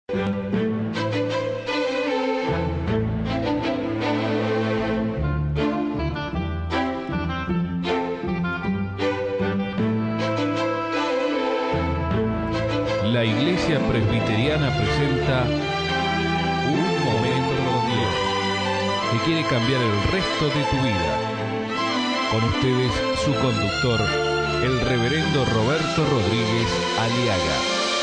La Iglesia Presbiteriana presenta Un Momento con Dios, que quiere cambiar el resto de tu vida. Con ustedes, su conductor, el reverendo Roberto Rodríguez Aliaga.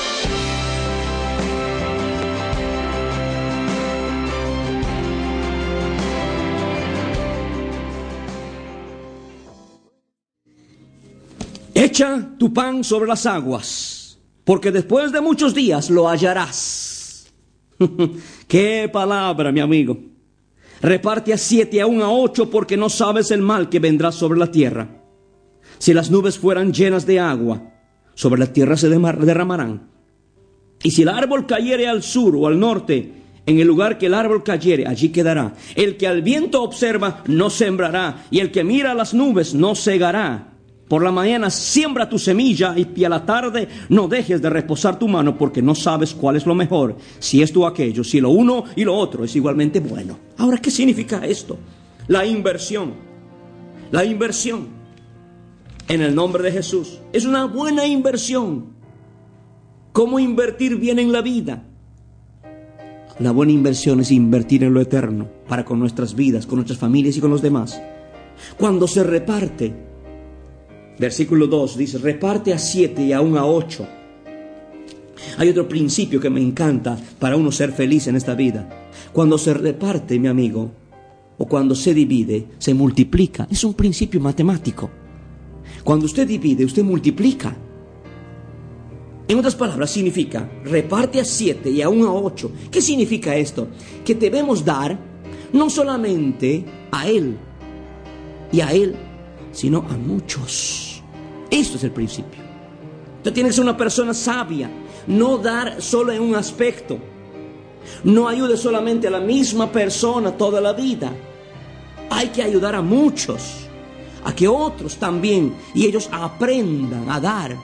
Echa tu pan sobre las aguas, porque después de muchos días lo hallarás. ¡Qué palabra, mi amigo! Reparte a 7 y aún a 8, porque no sabes el mal que vendrá sobre la tierra. Si las nubes fueran llenas de agua, sobre la tierra se derramarán. Y si el árbol cayere al sur o al norte, en el lugar que el árbol cayere, allí quedará. El que al viento observa, no sembrará, y el que mira a las nubes, no segará. Por la mañana siembra tu semilla, y a la tarde no dejes de reposar tu mano, porque no sabes cuál es lo mejor, si esto o aquello, si lo uno y lo otro es igualmente bueno. Ahora, ¿qué significa esto? La inversión. La inversión en el nombre de Jesús es una buena inversión. ¿Cómo invertir bien en la vida? La buena inversión es invertir en lo eterno, para con nuestras vidas, con nuestras familias y con los demás. Cuando se reparte, versículo 2 dice, reparte a 7 y aún a 8. Hay otro principio que me encanta para uno ser feliz en esta vida. Cuando se reparte, mi amigo, o cuando se divide, se multiplica. Es un principio matemático. Cuando usted divide, usted multiplica. En otras palabras, significa, reparte a 7 y aún a 8. ¿Qué significa esto? Que debemos dar no solamente a él y a él, sino a muchos. Esto es el principio. Usted tiene que ser una persona sabia, no dar solo en un aspecto. No ayude solamente a la misma persona toda la vida. Hay que ayudar a muchos, a que otros también, y ellos aprendan a dar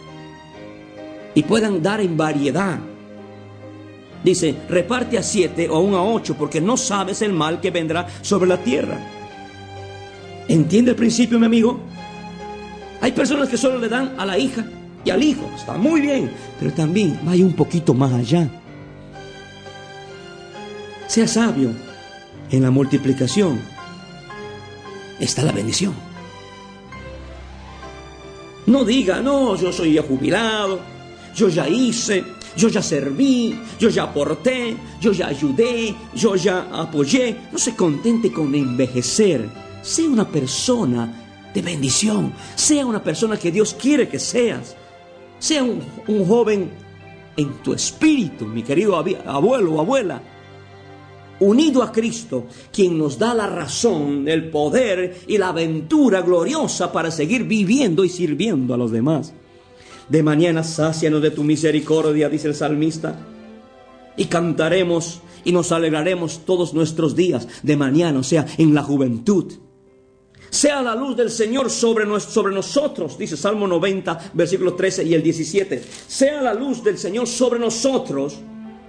y puedan dar en variedad. Dice, reparte a 7 o aún a 8, porque no sabes el mal que vendrá sobre la tierra. ¿Entiende el principio, mi amigo? Hay personas que solo le dan a la hija y al hijo. Está muy bien, pero también vaya un poquito más allá. Sea sabio. En la multiplicación está la bendición. No diga, no, yo soy ya jubilado, yo ya hice, yo ya serví, yo ya aporté, yo ya ayudé, yo ya apoyé. No se contente con envejecer. Sea una persona de bendición. Sea una persona que Dios quiere que seas. Sea un joven en tu espíritu, mi querido abuelo o abuela, unido a Cristo, quien nos da la razón, el poder y la aventura gloriosa para seguir viviendo y sirviendo a los demás. De mañana sácianos de tu misericordia, dice el salmista, y cantaremos y nos alegraremos todos nuestros días. De mañana, o sea, en la juventud. Sea la luz del Señor sobre nosotros, dice Salmo 90, versículos 13 y el 17. Sea la luz del Señor sobre nosotros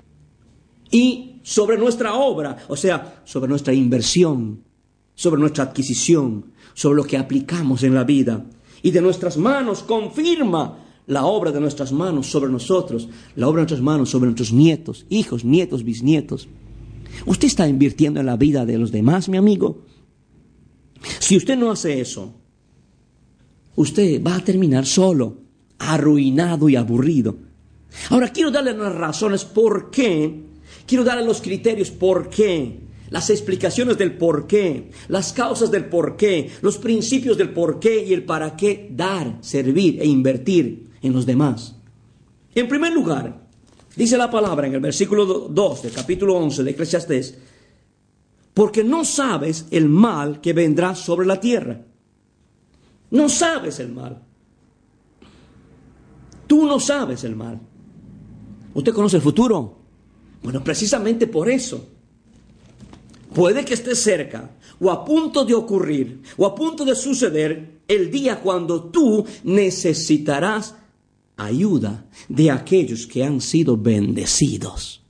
y sobre nuestra obra, o sea, sobre nuestra inversión, sobre nuestra adquisición, sobre lo que aplicamos en la vida. Y de nuestras manos confirma la obra de nuestras manos sobre nosotros, la obra de nuestras manos sobre nuestros nietos, hijos, nietos, bisnietos. ¿Usted está invirtiendo en la vida de los demás, mi amigo? Si usted no hace eso, usted va a terminar solo, arruinado y aburrido. Ahora quiero darle unas razones por qué, quiero darle los criterios por qué, las explicaciones del por qué, las causas del por qué, los principios del por qué y el para qué dar, servir e invertir en los demás. En primer lugar, dice la palabra en el versículo 2 del capítulo 11 de Eclesiastés, porque no sabes el mal que vendrá sobre la tierra. No sabes el mal. Tú no sabes el mal. ¿Usted conoce el futuro? Bueno, precisamente por eso. Puede que esté cerca, o a punto de ocurrir, o a punto de suceder el día cuando tú necesitarás ayuda de aquellos que han sido bendecidos.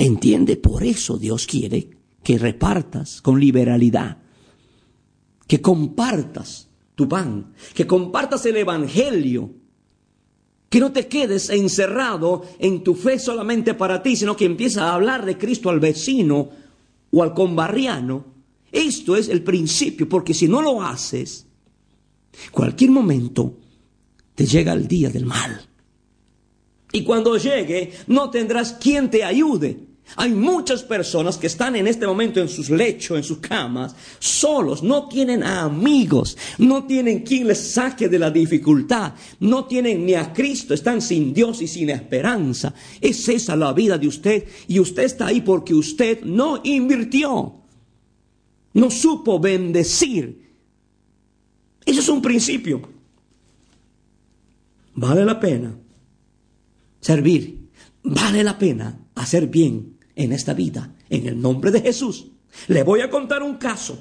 ¿Entiende? Por eso Dios quiere que repartas con liberalidad, que compartas tu pan, que compartas el evangelio, que no te quedes encerrado en tu fe solamente para ti, sino que empiezas a hablar de Cristo al vecino o al conbarriano. Esto es el principio, porque si no lo haces, cualquier momento te llega el día del mal. Y cuando llegue, no tendrás quien te ayude. Hay muchas personas que están en este momento en sus lechos, en sus camas, solos, no tienen amigos, no tienen quien les saque de la dificultad, no tienen ni a Cristo, están sin Dios y sin esperanza. Es esa la vida de usted, y usted está ahí porque usted no invirtió, no supo bendecir. Eso es un principio. Vale la pena servir, vale la pena hacer bien en esta vida, en el nombre de Jesús. Le voy a contar un caso.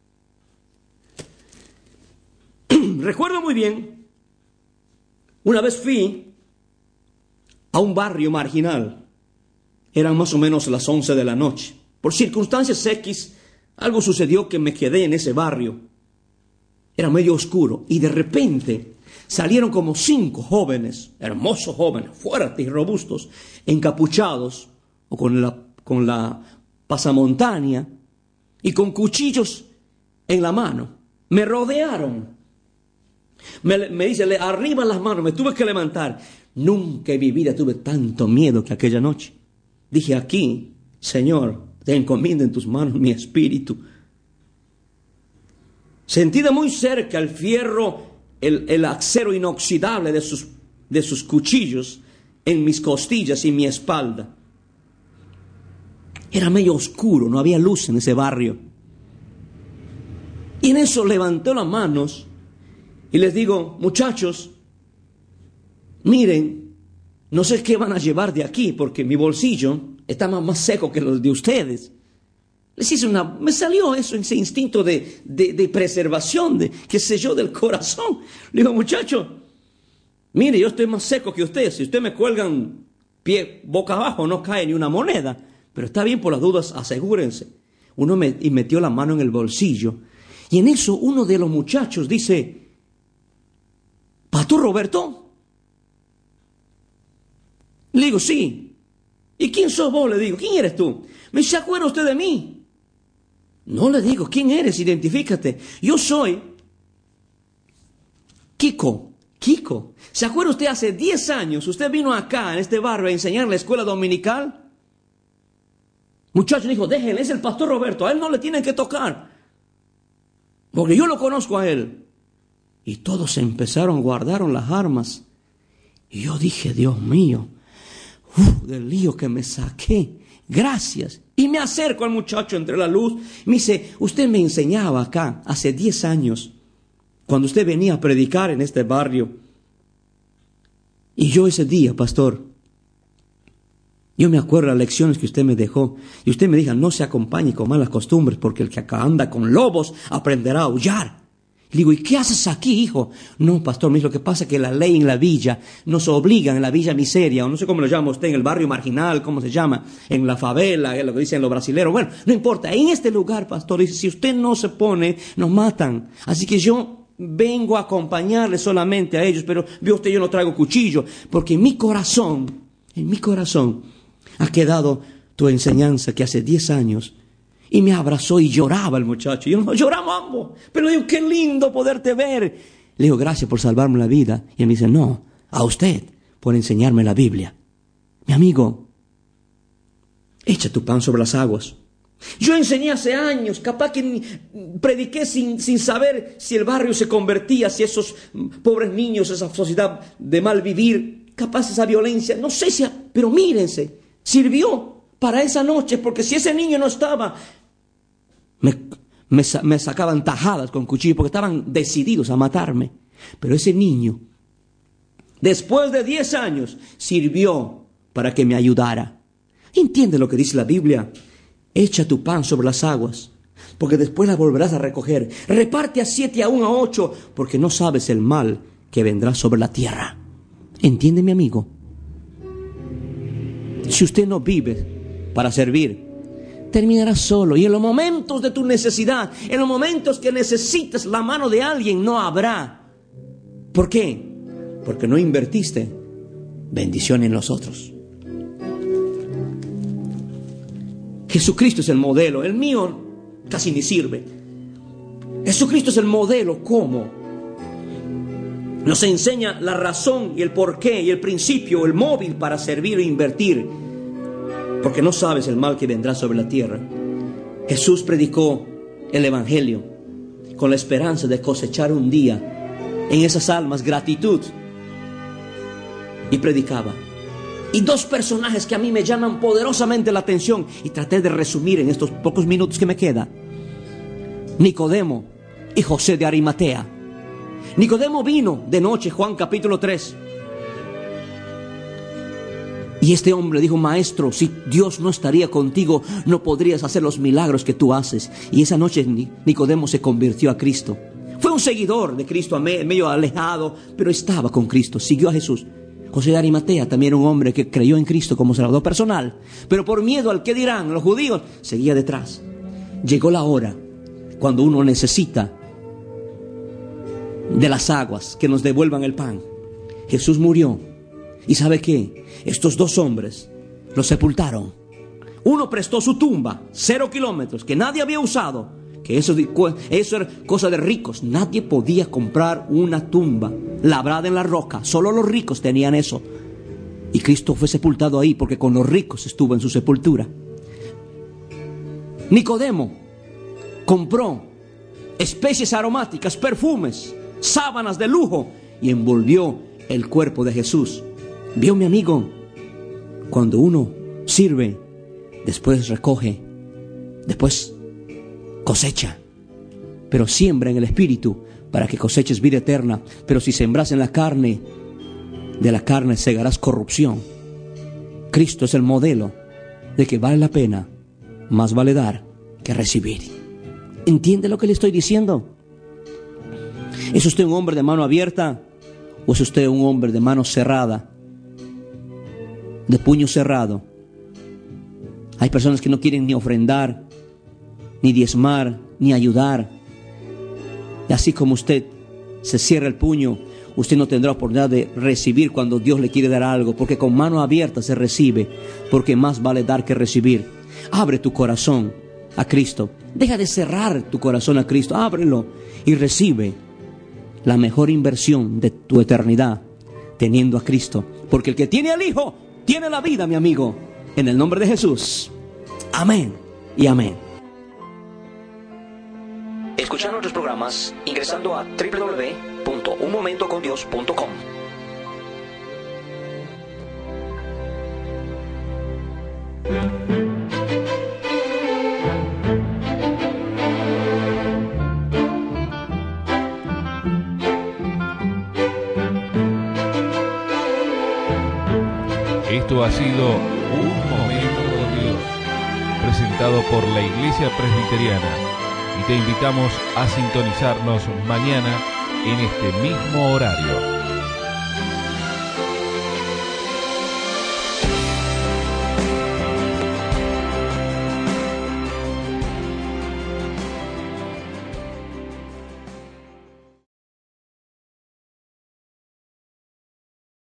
Recuerdo muy bien, una vez fui a un barrio marginal. Eran más o menos las 11 de la noche. Por circunstancias X, algo sucedió que me quedé en ese barrio. Era medio oscuro y de repente salieron como 5 jóvenes, hermosos jóvenes, fuertes y robustos, encapuchados o con la pasamontaña y con cuchillos en la mano. Me rodearon. Me dice, arriba las manos, me tuve que levantar. Nunca en mi vida tuve tanto miedo que aquella noche. Dije, aquí, Señor, te encomiendo en tus manos mi espíritu. Sentí de muy cerca el fierro, el acero inoxidable de sus cuchillos en mis costillas y mi espalda. Era medio oscuro, no había luz en ese barrio. Y en eso levanté las manos y les digo, muchachos, miren, no sé qué van a llevar de aquí porque mi bolsillo está más seco que los de ustedes. Les hice me salió eso, ese instinto de preservación, qué sé yo, del corazón. Le digo, muchachos, mire, yo estoy más seco que ustedes. Si ustedes me cuelgan pie boca abajo, no cae ni una moneda. Pero está bien, por las dudas, asegúrense. Y metió la mano en el bolsillo. Y en eso uno de los muchachos dice, ¿Pastor Roberto? Le digo, sí. ¿Y quién sos vos? Le digo, ¿quién eres tú? ¿Me se acuerda usted de mí? No, le digo, ¿quién eres? Identifícate. Yo soy Kiko. ¿Se acuerda usted hace 10 años? Usted vino acá, en este barrio, a enseñar la escuela dominical. Muchacho dijo, déjenle, es el Pastor Roberto, a él no le tienen que tocar, porque yo lo conozco a él. Y todos guardaron las armas. Y yo dije, Dios mío, del lío que me saqué, gracias. Y me acerco al muchacho entre la luz, me dice, usted me enseñaba acá hace 10 años, cuando usted venía a predicar en este barrio. Y yo ese día, pastor, yo me acuerdo las lecciones que usted me dejó. Y usted me dijo, no se acompañe con malas costumbres, porque el que acá anda con lobos aprenderá a aullar. Le digo, ¿y qué haces aquí, hijo? No, pastor, lo que pasa es que la ley en la villa nos obliga, en la villa miseria, o no sé cómo lo llama usted, en el barrio marginal, ¿cómo se llama? En la favela, es lo que dicen los brasileros. Bueno, no importa, en este lugar, pastor, dice, si usted no se pone, nos matan. Así que yo vengo a acompañarle solamente a ellos, pero vio usted, yo no traigo cuchillo, porque en mi corazón ha quedado tu enseñanza que hace 10 años. Y me abrazó y lloraba el muchacho. Y yo, lloramos ambos. Pero le digo, qué lindo poderte ver. Le digo, gracias por salvarme la vida. Y él me dice, no, a usted por enseñarme la Biblia. Mi amigo, echa tu pan sobre las aguas. Yo enseñé hace años, capaz que prediqué sin saber si el barrio se convertía, si esos pobres niños, esa sociedad de mal vivir, capaz esa violencia, no sé si, pero mírense, sirvió para esa noche, porque si ese niño no estaba, me sacaban tajadas con cuchillo, porque estaban decididos a matarme. Pero ese niño, después de 10 años, sirvió para que me ayudara. ¿Entiende lo que dice la Biblia? Echa tu pan sobre las aguas, porque después la volverás a recoger. Reparte a 7, aún a 8, porque no sabes el mal que vendrá sobre la tierra. ¿Entiende, mi amigo? Si usted no vive para servir, terminarás solo. Y en los momentos de tu necesidad, en los momentos que necesites la mano de alguien, no habrá. ¿Por qué? Porque no invertiste bendición en los otros. Jesucristo es el modelo. El mío casi ni sirve. Jesucristo es el modelo. ¿Cómo? Nos enseña la razón y el porqué y el principio, el móvil para servir e invertir. Porque no sabes el mal que vendrá sobre la tierra. Jesús predicó el Evangelio con la esperanza de cosechar un día en esas almas gratitud. Y predicaba. Y dos personajes que a mí me llaman poderosamente la atención y traté de resumir en estos pocos minutos que me queda: Nicodemo y José de Arimatea. Nicodemo vino de noche, Juan capítulo 3. Y este hombre dijo: Maestro, si Dios no estaría contigo, no podrías hacer los milagros que tú haces. Y esa noche Nicodemo se convirtió a Cristo. Fue un seguidor de Cristo, medio alejado, pero estaba con Cristo, siguió a Jesús. José de Arimatea también era un hombre que creyó en Cristo como Salvador personal, pero por miedo al que dirán los judíos, seguía detrás. Llegó la hora cuando uno necesita de las aguas que nos devuelvan el pan. Jesús murió. ¿Y sabe qué? Estos dos hombres lo sepultaron. Uno prestó su tumba, 0 kilómetros, que nadie había usado. Que eso era cosa de ricos. Nadie podía comprar una tumba labrada en la roca. Solo los ricos tenían eso. Y Cristo fue sepultado ahí porque con los ricos estuvo en su sepultura. Nicodemo compró especies aromáticas, perfumes, sábanas de lujo y envolvió el cuerpo de Jesús. ¿Vio, mi amigo? Cuando uno sirve, después recoge, después cosecha. Pero siembra en el Espíritu para que coseches vida eterna. Pero si sembras en la carne, de la carne segarás corrupción. Cristo es el modelo de que vale la pena, más vale dar que recibir. ¿Entiende lo que le estoy diciendo? ¿Es usted un hombre de mano abierta o es usted un hombre de mano cerrada, de puño cerrado? Hay personas que no quieren ni ofrendar, ni diezmar, ni ayudar. Y así como usted se cierra el puño, usted no tendrá oportunidad de recibir cuando Dios le quiere dar algo, porque con mano abierta se recibe, porque más vale dar que recibir. Abre tu corazón a Cristo. Deja de cerrar tu corazón a Cristo. Ábrelo y recibe la mejor inversión de tu eternidad, teniendo a Cristo. Porque el que tiene al Hijo, tiene la vida, mi amigo. En el nombre de Jesús. Amén y amén. Escuchar nuestros programas ingresando a www.unmomentocondios.com. Esto ha sido Un Momento con Dios, presentado por la Iglesia Presbiteriana, y te invitamos a sintonizarnos mañana en este mismo horario.